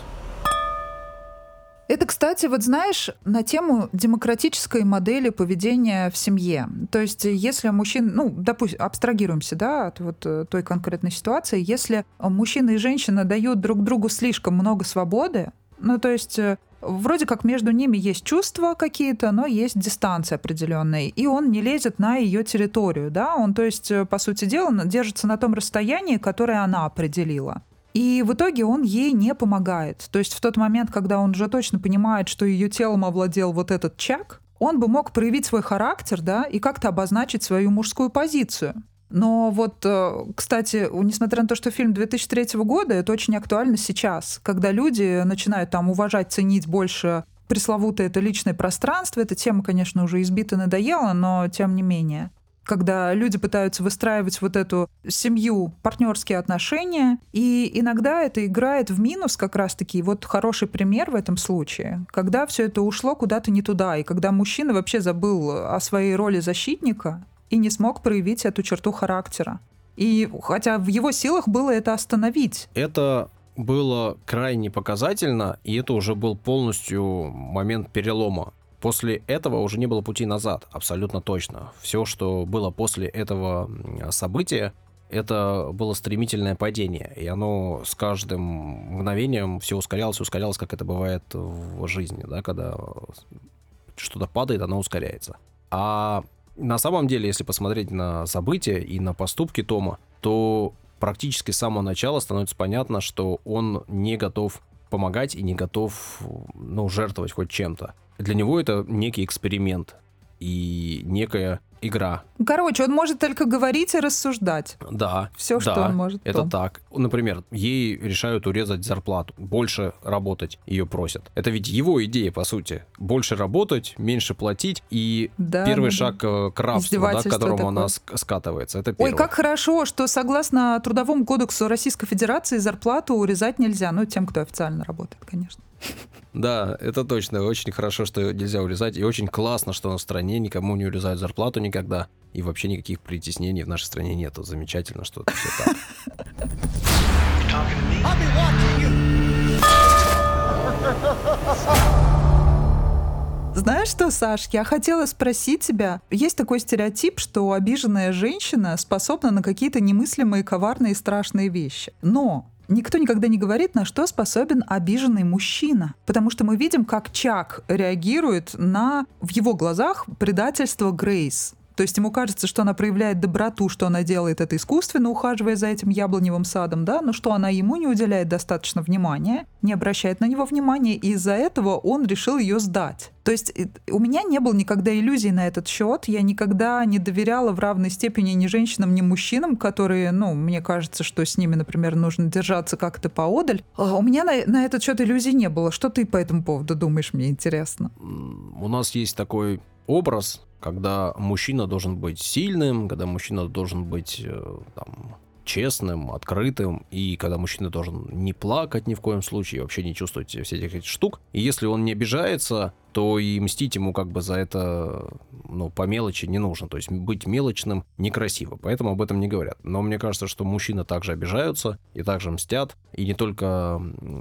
Это, кстати, вот знаешь, на тему демократической модели поведения в семье. То есть если мужчина, ну, допустим, абстрагируемся, да, от вот той конкретной ситуации, если мужчина и женщина дают друг другу слишком много свободы, ну, то есть вроде как между ними есть чувства какие-то, но есть дистанция определенная, и он не лезет на ее территорию, да, он, то есть, по сути дела, держится на том расстоянии, которое она определила. И в итоге он ей не помогает. То есть в тот момент, когда он уже точно понимает, что ее телом овладел вот этот Чак, он бы мог проявить свой характер, да, и как-то обозначить свою мужскую позицию. Но вот, кстати, несмотря на то, что фильм 2003 года, это очень актуально сейчас, когда люди начинают там уважать, ценить больше пресловутое это личное пространство. Эта тема, конечно, уже избита, надоела, но тем не менее. Когда люди пытаются выстраивать вот эту семью, партнерские отношения, и иногда это играет в минус как раз-таки. Вот хороший пример в этом случае, когда все это ушло куда-то не туда, и когда мужчина вообще забыл о своей роли защитника и не смог проявить эту черту характера. И хотя в его силах было это остановить. Это было крайне показательно, и это уже был полностью момент перелома. После этого уже не было пути назад, абсолютно точно. Все, что было после этого события, это было стремительное падение. И оно с каждым мгновением все ускорялось, как это бывает в жизни, да, когда что-то падает, оно ускоряется. А на самом деле, если посмотреть на события и на поступки Тома, то практически с самого начала становится понятно, что он не готов помогать и не готов, ну, жертвовать хоть чем-то. Для него это некий эксперимент и некая игра. Короче, он может только говорить и рассуждать. Да. Все, да, что он может. Это так. Например, ей решают урезать зарплату, больше работать ее просят. Это ведь его идея, по сути. Больше работать, меньше платить, и первый шаг к рабству, да, к которому такое. Она скатывается. Это первое. Ой, как хорошо, что согласно Трудовому кодексу Российской Федерации зарплату урезать нельзя. Ну, тем, кто официально работает, конечно. Да, это точно. Очень хорошо, что нельзя урезать. И очень классно, что в стране никому не урезают зарплату никогда. И вообще никаких притеснений в нашей стране нету. Замечательно, что это все так. Знаешь что, Саш, я хотела спросить тебя. Есть такой стереотип, что обиженная женщина способна на какие-то немыслимые, коварные и страшные вещи. Но никто никогда не говорит, на что способен обиженный мужчина. Потому что мы видим, как Чак реагирует на, в его глазах, предательство Грейс. То есть ему кажется, что она проявляет доброту, что она делает это искусственно, ухаживая за этим яблоневым садом, да, но что она ему не уделяет достаточно внимания, не обращает на него внимания, и из-за этого он решил ее сдать. То есть у меня не было никогда иллюзий на этот счет, я никогда не доверяла в равной степени ни женщинам, ни мужчинам, которые, ну, мне кажется, что с ними, например, нужно держаться как-то поодаль. У меня на этот счет иллюзий не было. Что ты по этому поводу думаешь, мне интересно? У нас есть такой образ, когда мужчина должен быть сильным, когда мужчина должен быть там, честным, открытым, и когда мужчина должен не плакать ни в коем случае, вообще не чувствовать всех этих штук. И если он не обижается, то и мстить ему как бы за это, ну, по мелочи не нужно. То есть быть мелочным некрасиво, поэтому об этом не говорят. Но мне кажется, что мужчины также обижаются и также мстят. И не только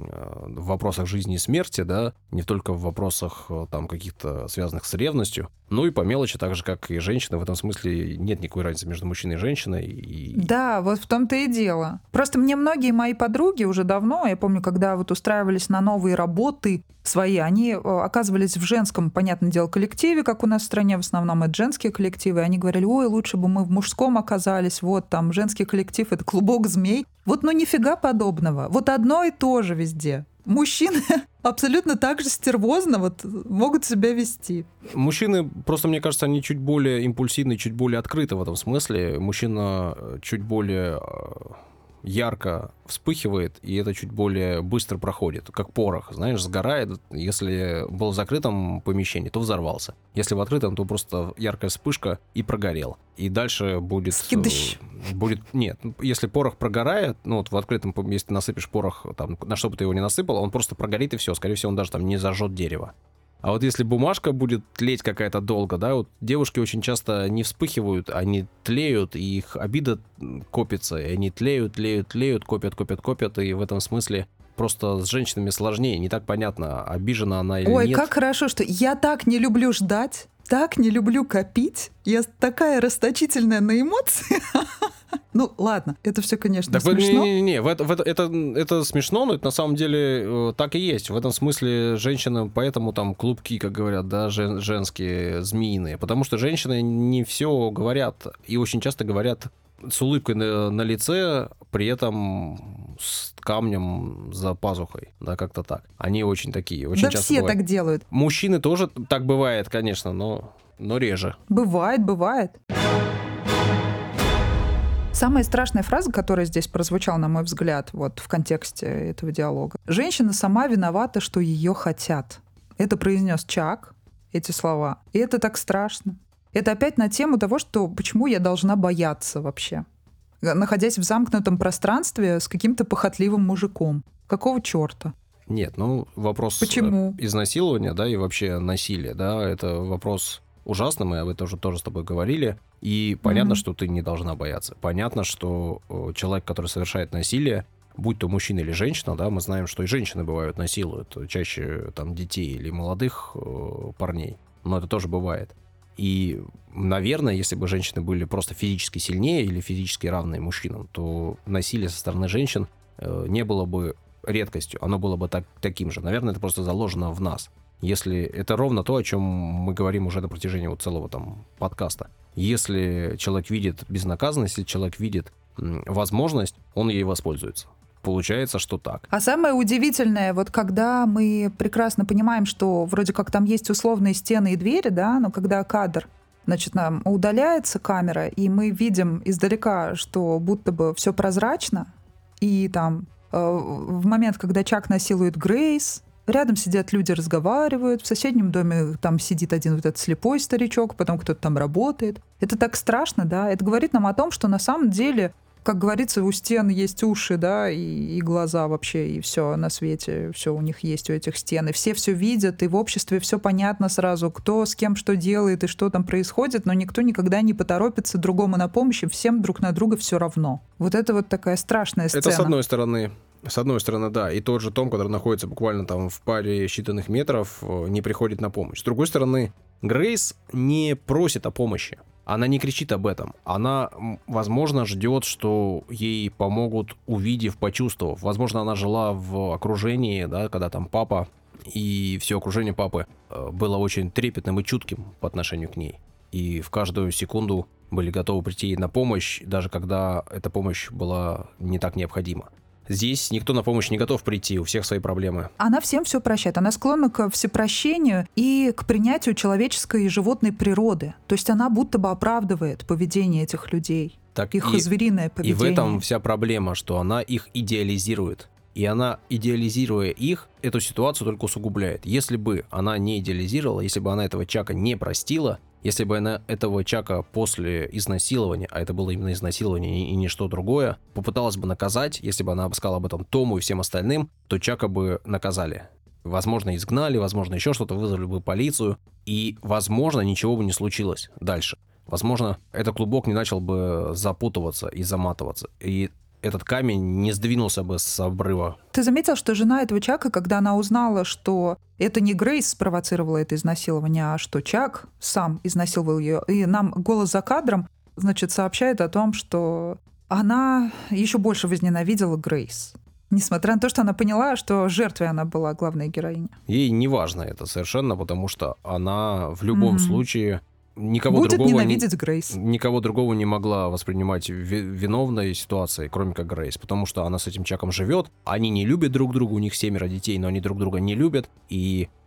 в вопросах жизни и смерти, да, не только в вопросах там каких-то связанных с ревностью, но и по мелочи, так же, как и женщины. В этом смысле нет никакой разницы между мужчиной и женщиной. Да, вот в том-то и дело. Просто мне многие мои подруги уже давно, я помню, когда вот устраивались на новые работы свои, они оказывались в женском, понятное дело, коллективе, как у нас в стране в основном это женские коллективы, и они говорили: ой, лучше бы мы в мужском оказались, вот там женский коллектив — это клубок змей. Вот, ну нифига подобного. Вот одно и то же везде. Мужчины абсолютно так же стервозно вот могут себя вести. Мужчины, просто, мне кажется, они чуть более импульсивны, чуть более открыты в этом смысле. Мужчина чуть более ярко вспыхивает, и это чуть более быстро проходит, как порох, знаешь, сгорает. Если был в закрытом помещении, то взорвался. Если в открытом, то просто яркая вспышка и прогорел. И дальше будет... Скидыщ. Нет, если порох прогорает, ну вот в открытом, если ты насыпешь порох, там, на что бы ты его не насыпал, он просто прогорит и все. Скорее всего, он даже там не зажжет дерево. А вот если бумажка будет тлеть какая-то долго, да, вот девушки очень часто не вспыхивают, они тлеют, и их обида копится, и они тлеют, копят, и в этом смысле просто с женщинами сложнее, не так понятно, обижена она или нет. Ой, как хорошо, что я так не люблю ждать, так не люблю копить, я такая расточительная на эмоции. Ну, ладно, это все, конечно, смешно. Не, это смешно, но это на самом деле так и есть. В этом смысле женщины, поэтому там клубки, как говорят, да, женские, змеиные. Потому что женщины не все говорят, и очень часто говорят с улыбкой на лице, при этом с камнем за пазухой, да, как-то так. Они очень такие, очень часто все бывают. так делают. Мужчины тоже так бывает, конечно, но реже. Бывает. Самая страшная фраза, которая здесь прозвучала, на мой взгляд, вот в контексте этого диалога. Женщина сама виновата, что ее хотят. Это произнес Чак, эти слова. И это так страшно. Это опять на тему того, что почему я должна бояться вообще, находясь в замкнутом пространстве с каким-то похотливым мужиком. Какого черта? Нет, вопрос Почему? Изнасилования, да, и вообще насилия, да, это вопрос ужасный, мы об этом тоже с тобой говорили, и понятно, что ты не должна бояться. Понятно, что человек, который совершает насилие, будь то мужчина или женщина, да, мы знаем, что и женщины бывают насилуют, чаще там детей или молодых парней, но это тоже бывает. И, наверное, если бы женщины были просто физически сильнее или физически равные мужчинам, то насилие со стороны женщин не было бы редкостью, оно было бы таким же. Наверное, это просто заложено в нас. Если это ровно то, о чем мы говорим уже на протяжении вот целого там подкаста. Если человек видит безнаказанность, если человек видит возможность, он ей воспользуется. Получается, что так. А самое удивительное, вот когда мы прекрасно понимаем, что вроде как там есть условные стены и двери, да, но когда кадр, значит, нам удаляется камера, и мы видим издалека, что будто бы все прозрачно, и там в момент, когда Чак насилует Грейс, рядом сидят люди, разговаривают, в соседнем доме там сидит один вот этот слепой старичок, потом кто-то там работает. Это так страшно, да? Это говорит нам о том, что на самом деле, как говорится, у стен есть уши, да, и глаза вообще, и все на свете, все у них есть у этих стен, и все видят, и в обществе все понятно сразу, кто с кем что делает и что там происходит, но никто никогда не поторопится другому на помощь, и всем друг на друга все равно. Вот это вот такая страшная сцена. Это с одной стороны, да, и тот же Том, который находится буквально там в паре считанных метров, не приходит на помощь. С другой стороны, Грейс не просит о помощи. Она не кричит об этом. Она, возможно, ждет, что ей помогут, увидев, почувствовав. Возможно, она жила в окружении, да, когда там папа и все окружение папы было очень трепетным и чутким по отношению к ней. И в каждую секунду были готовы прийти ей на помощь, даже когда эта помощь была не так необходима. Здесь никто на помощь не готов прийти, у всех свои проблемы. Она всем все прощает. Она склонна к всепрощению и к принятию человеческой и животной природы. То есть она будто бы оправдывает поведение этих людей, так их звериное поведение. И в этом вся проблема, что она их идеализирует. И она, идеализируя их, эту ситуацию только усугубляет. Если бы она не идеализировала, если бы она этого Чака не простила, если бы она этого Чака после изнасилования, а это было именно изнасилование и ничто другое, попыталась бы наказать, если бы она сказала об этом Тому и всем остальным, то Чака бы наказали. Возможно, изгнали, возможно, еще что-то, вызвали бы полицию, и, возможно, ничего бы не случилось дальше. Возможно, этот клубок не начал бы запутываться и заматываться, и этот камень не сдвинулся бы с обрыва. Ты заметил, что жена этого Чака, когда она узнала, что это не Грейс спровоцировала это изнасилование, а что Чак сам изнасиловал ее, и нам голос за кадром, значит, сообщает о том, что она еще больше возненавидела Грейс. Несмотря на то, что она поняла, что жертвой она была главной героиней. Ей не важно это совершенно, потому что она в любом случае... Будет ненавидеть Грейс. Никого другого не могла воспринимать виновной ситуацией, кроме как Грейс, потому что она с этим Чаком живет, они не любят друг друга, у них 7 детей, но они друг друга не любят, и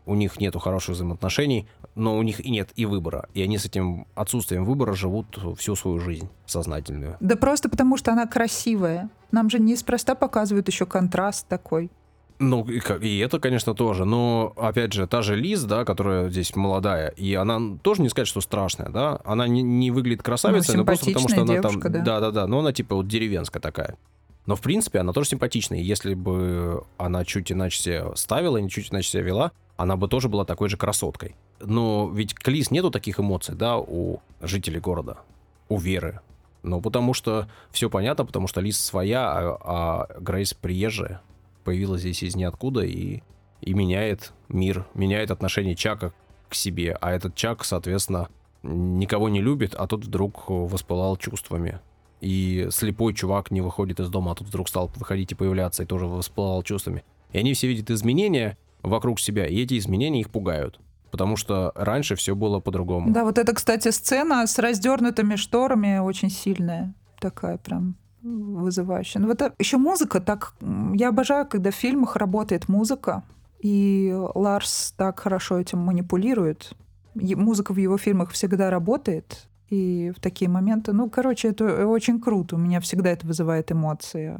у них нету хороших взаимоотношений, но у них и нет и выбора. И они с этим отсутствием выбора живут всю свою жизнь сознательную. Да просто потому, что она красивая. Нам же неспроста показывают еще контраст такой. Ну, и это, конечно, тоже. Но, опять же, та же Лиз, да, которая здесь молодая, и она тоже не сказать, что страшная, да. Она не выглядит красавицей, но просто потому, что она девушка, там... Да, но она типа вот деревенская такая. Но, в принципе, она тоже симпатичная. И если бы она чуть иначе себя ставила, чуть иначе себя вела, она бы тоже была такой же красоткой. Но ведь к Лиз нету таких эмоций, да, у жителей города, у Веры. Ну, потому что все понятно, потому что Лиз своя, а Грейс приезжая. Появилась здесь из ниоткуда и меняет мир, меняет отношение Чака к себе. А этот Чак, соответственно, никого не любит, а тут вдруг воспылал чувствами. И слепой чувак не выходит из дома, а тут вдруг стал выходить и появляться, и тоже воспылал чувствами. И они все видят изменения вокруг себя, и эти изменения их пугают. Потому что раньше все было по-другому. Да, вот эта, кстати, сцена с раздернутыми шторами очень сильная. Такая прям вызывающая. Но вот еще музыка так... Я обожаю, когда в фильмах работает музыка, и Ларс так хорошо этим манипулирует. Музыка в его фильмах всегда работает, и в такие моменты... Ну, короче, это очень круто. У меня всегда это вызывает эмоции.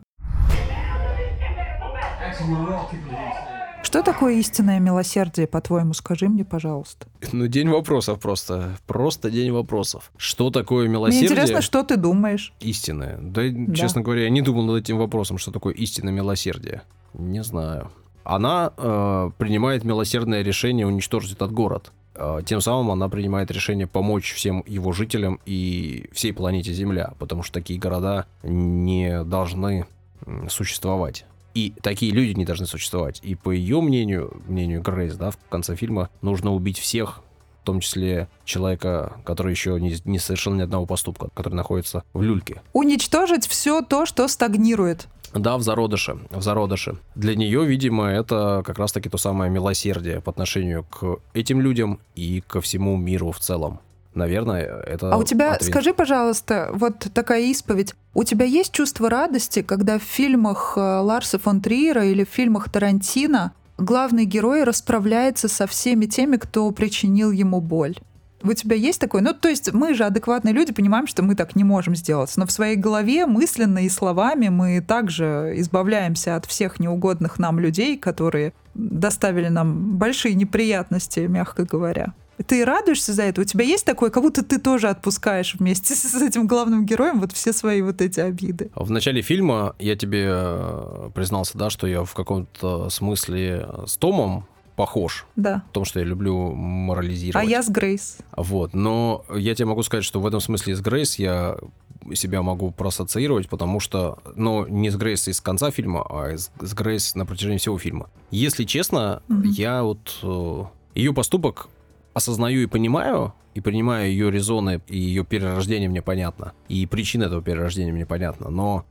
Что такое истинное милосердие, по-твоему? Скажи мне, пожалуйста. Ну, день вопросов просто. Просто день вопросов. Что такое милосердие? Мне интересно, что ты думаешь? Истинное. Да, честно говоря, я не думал над этим вопросом, что такое истинное милосердие. Не знаю. Она принимает милосердное решение уничтожить этот город. Тем самым она принимает решение помочь всем его жителям и всей планете Земля, потому что такие города не должны существовать. И такие люди не должны существовать. И по ее мнению Грейс, да, в конце фильма, нужно убить всех, в том числе человека, который еще не совершил ни одного поступка, который находится в люльке. Уничтожить все то, что стагнирует. Да, в зародыше. Для нее, видимо, это как раз-таки то самое милосердие по отношению к этим людям и ко всему миру в целом. Наверное, это... А у тебя, скажи, пожалуйста, вот такая исповедь. У тебя есть чувство радости, когда в фильмах Ларса фон Триера или в фильмах Тарантино главный герой расправляется со всеми теми, кто причинил ему боль? У тебя есть такое? Ну, то есть мы же адекватные люди, понимаем, что мы так не можем сделать. Но в своей голове мысленно и словами мы также избавляемся от всех неугодных нам людей, которые доставили нам большие неприятности, мягко говоря. Ты радуешься за это? У тебя есть такое, как будто ты тоже отпускаешь вместе с этим главным героем вот все свои вот эти обиды? В начале фильма я тебе признался, да, что я в каком-то смысле с Томом похож. Да. В том, что я люблю морализировать. А я с Грейс. Вот. Но я тебе могу сказать, что в этом смысле с Грейс я себя могу проассоциировать, потому что, ну, не с Грейс из конца фильма, а с Грейс на протяжении всего фильма. Если честно, я вот ее поступок осознаю и понимаю, и принимаю ее резоны, и ее перерождение мне понятно, и причина этого перерождения мне понятна, но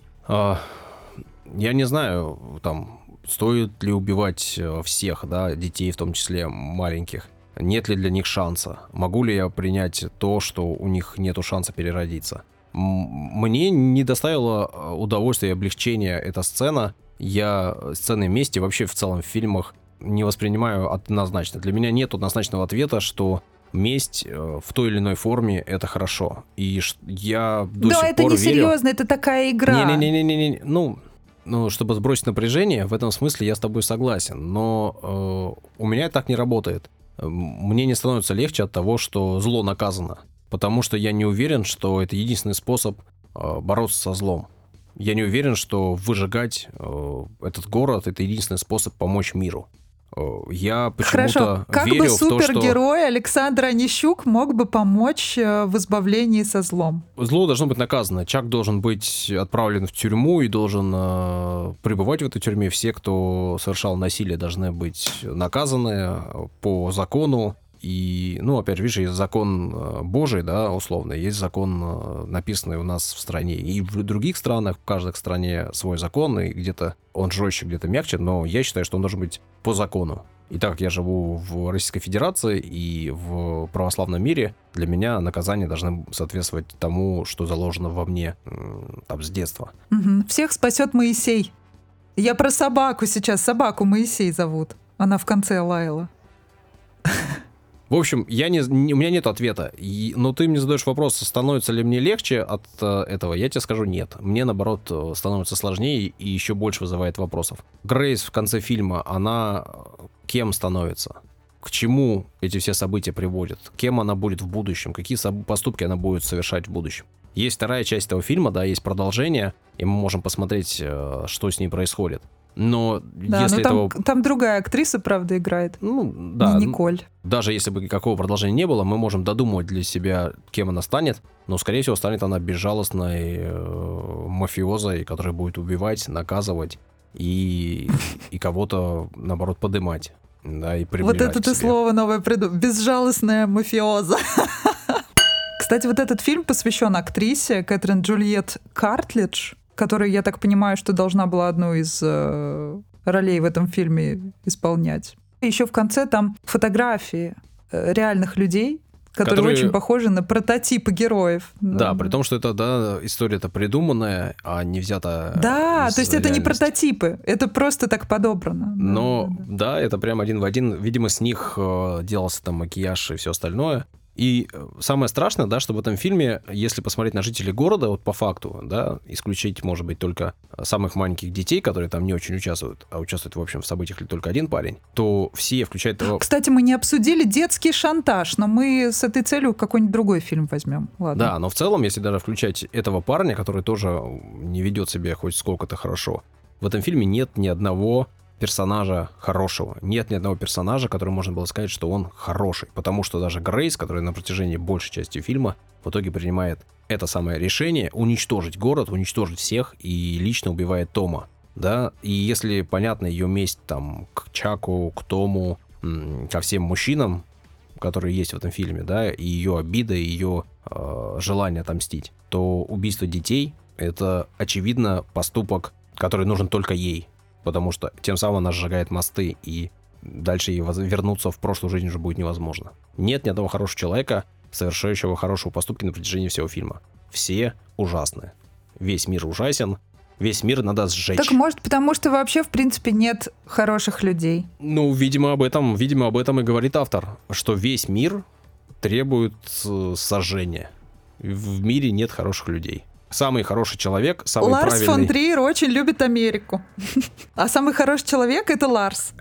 я не знаю, там, стоит ли убивать всех, да, детей, в том числе маленьких, нет ли для них шанса, могу ли я принять то, что у них нету шанса переродиться. Мне не доставило удовольствия и облегчения эта сцена, я сцены мести вообще в целом в фильмах не воспринимаю однозначно. Для меня нет однозначного ответа, что месть в той или иной форме — это хорошо. И я до сих пор верю... Да, это не серьезно, это такая игра. Не-не-не-не-не. Ну, чтобы сбросить напряжение, в этом смысле я с тобой согласен. Но у меня так не работает. Мне не становится легче от того, что зло наказано. Потому что я не уверен, что это единственный способ бороться со злом. Я не уверен, что выжигать этот город — это единственный способ помочь миру. Я почему-то как верю бы в то, что... супергерой Александр Онищук мог бы помочь в избавлении со злом? Зло должно быть наказано. Чак должен быть отправлен в тюрьму и должен пребывать в этой тюрьме. Все, кто совершал насилие, должны быть наказаны по закону. И, ну, опять же, видишь, есть закон Божий, да, условно, есть закон, написанный у нас в стране. И в других странах, в каждой стране свой закон, и где-то он жестче, где-то мягче, но я считаю, что он должен быть по закону. И так как я живу в Российской Федерации и в православном мире, для меня наказания должны соответствовать тому, что заложено во мне там, с детства. Всех спасет Моисей. Я про собаку сейчас. Собаку Моисей зовут. Она в конце лаяла. В общем, у меня нет ответа. Но ты мне задаешь вопрос, становится ли мне легче от этого. Я тебе скажу нет. Мне, наоборот, становится сложнее и еще больше вызывает вопросов. Грейс в конце фильма, она кем становится? К чему эти все события приводят? Кем она будет в будущем? Какие поступки она будет совершать в будущем? Есть вторая часть этого фильма, да, есть продолжение, и мы можем посмотреть, что с ней происходит. Но да, если там другая актриса, правда, играет. Да. Не Николь. Даже если бы никакого продолжения не было, мы можем додумывать для себя, кем она станет. Но, скорее всего, станет она безжалостной мафиозой, которая будет убивать, наказывать и кого-то, наоборот, подымать. Да, и приближать вот это ты слово новое придумал. Безжалостная мафиоза. Кстати, вот этот фильм посвящен актрисе Кэтрин Джульетт Картлидж, которая, я так понимаю, что должна была одну из ролей в этом фильме исполнять. Еще в конце там фотографии реальных людей, которые очень похожи на прототипы героев. Да, при том, что это, да, история-то придуманная, а не взята. Да, то есть это не реальности. Прототипы, это просто так подобрано. Но да, это прям один в один. Видимо, с них делался там макияж и все остальное. И самое страшное, да, что в этом фильме, если посмотреть на жителей города, вот по факту, да, исключить, может быть, только самых маленьких детей, которые там не очень участвуют, а участвует, в общем, в событиях ли только один парень, то все, включая того... Кстати, мы не обсудили детский шантаж, но мы с этой целью какой-нибудь другой фильм возьмем. Ладно. Да, но в целом, если даже включать этого парня, который тоже не ведет себя хоть сколько-то хорошо, в этом фильме нет ни одного персонажа хорошего. Нет ни одного персонажа, который можно было сказать, что он хороший. Потому что даже Грейс, которая на протяжении большей части фильма в итоге принимает это самое решение уничтожить город, уничтожить всех и лично убивает Тома. Да? И если, понятно, ее месть там к Чаку, к Тому, ко всем мужчинам, которые есть в этом фильме, да, и ее обида, и ее желание отомстить, то убийство детей — это, очевидно, поступок, который нужен только ей. Потому что тем самым она сжигает мосты, и дальше ей вернуться в прошлую жизнь уже будет невозможно. Нет ни одного хорошего человека, совершающего хорошего поступки на протяжении всего фильма. Все ужасны. Весь мир ужасен, весь мир надо сжечь. Так может, потому что вообще, в принципе, нет хороших людей? Ну, видимо, об этом и говорит автор, что весь мир требует сожжения. В мире нет хороших людей. Самый хороший человек, самый правильный... Ларс фон Триер очень любит Америку. А самый хороший человек — это Ларс.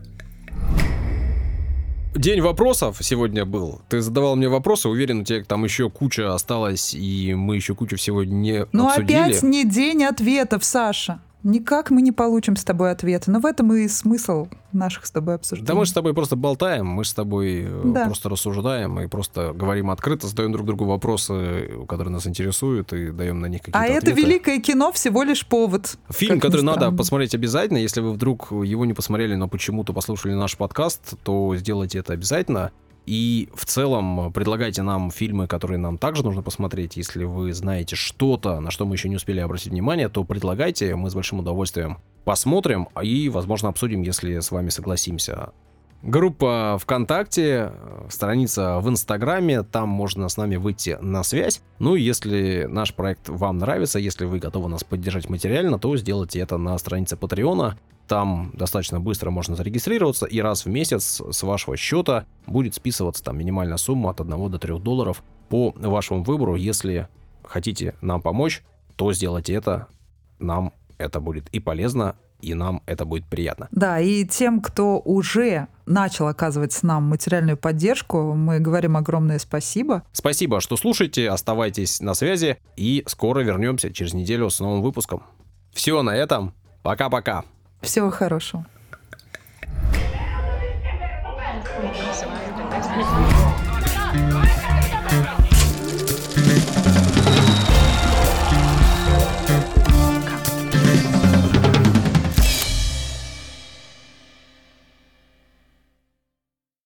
День вопросов сегодня был. Ты задавал мне вопросы, уверен, у тебя там еще куча осталось, и мы еще кучу всего не обсудили. Ну опять не день ответов, Саша. Никак мы не получим с тобой ответы. Но в этом и смысл наших с тобой обсуждений. Да мы же с тобой просто болтаем, мы с тобой просто рассуждаем и просто говорим открыто, задаем друг другу вопросы, которые нас интересуют, и даем на них какие-то ответы. А это великое кино всего лишь повод. Фильм, который надо посмотреть обязательно. Если вы вдруг его не посмотрели, но почему-то послушали наш подкаст, то сделайте это обязательно. И в целом предлагайте нам фильмы, которые нам также нужно посмотреть. Если вы знаете что-то, на что мы еще не успели обратить внимание, то предлагайте, мы с большим удовольствием посмотрим и, возможно, обсудим, если с вами согласимся. Группа ВКонтакте, страница в Инстаграме, там можно с нами выйти на связь. Ну и если наш проект вам нравится, если вы готовы нас поддержать материально, то сделайте это на странице Патреона. Там достаточно быстро можно зарегистрироваться, и раз в месяц с вашего счета будет списываться там минимальная сумма от $1 до $3 по вашему выбору. Если хотите нам помочь, то сделайте это. Нам это будет и полезно, и нам это будет приятно. Да, и тем, кто уже начал оказывать нам материальную поддержку, мы говорим огромное спасибо. Спасибо, что слушаете, оставайтесь на связи, и скоро вернемся через неделю с новым выпуском. Все на этом. Пока-пока. Всего хорошего.